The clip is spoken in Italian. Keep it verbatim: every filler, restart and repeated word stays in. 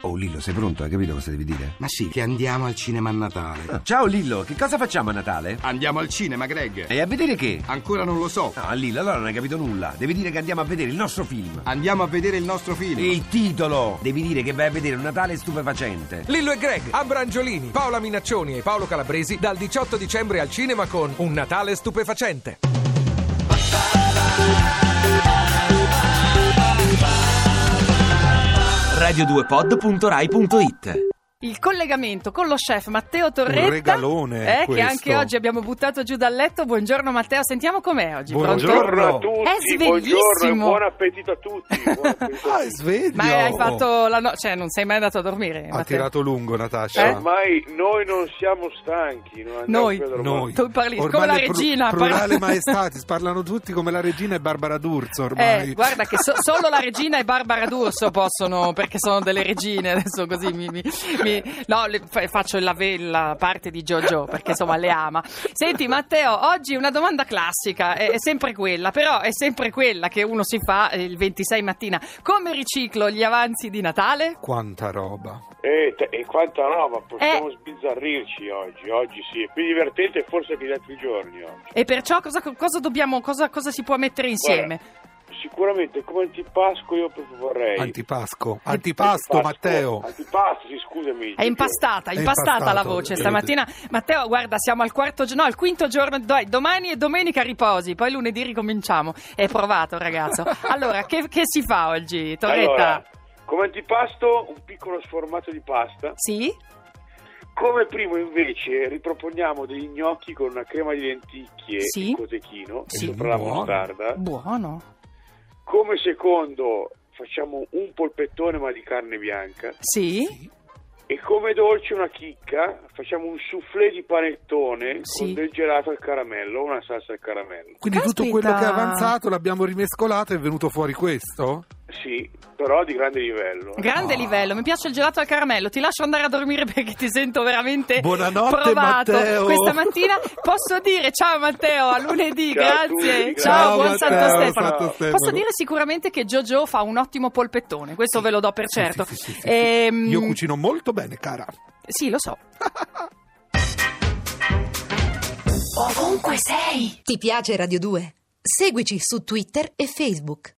Oh Lillo, sei pronto? Hai capito cosa devi dire? Ma sì, che andiamo al cinema a Natale. Ah, ciao Lillo, che cosa facciamo a Natale? Andiamo al cinema, Greg. E a vedere che? Ancora non lo so. No, Lillo, allora non hai capito nulla. Devi dire che andiamo a vedere il nostro film. Andiamo a vedere il nostro film. Il titolo! Devi dire che vai a vedere un Natale stupefacente. Lillo e Greg, Ambra Angiolini, Paola Minaccioni e Paolo Calabresi dal diciotto dicembre al cinema con Un Natale stupefacente. radio due pod punto rai punto it. Il collegamento con lo chef Matteo Torretta, un regalone eh, questo. che anche oggi abbiamo buttato giù dal letto. Buongiorno Matteo, sentiamo com'è oggi. Buongiorno Pronto? a tutti, È sveglissimo. buongiorno e buon appetito a tutti. Buon appetito a Ah, è tutti. sveglio. Ma hai fatto la no- cioè non sei mai andato a dormire? Ha Matteo? tirato lungo Natascia. Eh? Ormai noi non siamo stanchi. Non andiamo Noi. più a dormire. Noi. Tu parli Ormai come la le pru- regina. Plurale parli- maestatis, parlano tutti come la regina e Barbara D'Urso ormai. Eh, guarda che so- solo la regina e Barbara D'Urso possono, perché sono delle regine, adesso così mi, mi- mi- no, le- fa- faccio la, ve- la parte di JoJo, perché insomma le ama. Senti Matteo, oggi una domanda classica, è, è sempre quella, però è sempre quella che uno si fa il ventisei mattina. Come riciclo gli avanzi di Natale? Quanta roba. E, te- e quanta roba, possiamo Eh. sbizzarrirci oggi. Oggi sì, è più divertente forse che gli altri giorni oggi. E perciò cosa, cosa dobbiamo, cosa, cosa si può mettere insieme? Guarda, sicuramente come antipasto io proprio vorrei. Antipasco. Antipasto, Matteo. Antipasto, sì, scusami. È impastata, È impastata impastato, la voce vedi. stamattina. Matteo, guarda, siamo al quarto giorno, no, al quinto giorno. Dai, domani e domenica riposi, poi lunedì ricominciamo. È provato, ragazzo. Allora, che, che si fa oggi, Torretta? Allora, come antipasto un piccolo sformato di pasta. Sì? Come primo invece riproponiamo degli gnocchi con una crema di lenticchie Sì. e cotechino Sì. e sopra la Buono. mostarda. Buono. Come secondo facciamo un polpettone ma di carne bianca. Sì? E come dolce una chicca facciamo un soufflé di panettone Sì. con del gelato al caramello o una salsa al caramello. Quindi tutto Caspita. quello che è avanzato l'abbiamo rimescolato e è venuto fuori questo? Sì, però di grande livello. Grande Ah. livello, mi piace il gelato al caramello. Ti lascio andare a dormire perché ti sento veramente Buonanotte, provato Matteo. questa mattina. Posso dire ciao Matteo, a lunedì, Ciao a grazie. tutti, ciao, grazie. buon Ciao, Santo Matteo, Stefano. Santo Stefano. Posso dire sicuramente che JoJo fa un ottimo polpettone, questo ve lo do per Sì, certo. sì, sì, sì, sì. Ehm, Io cucino molto bene, cara. Sì, lo so. Ovunque sei! Ti piace Radio due? Seguici su Twitter e Facebook.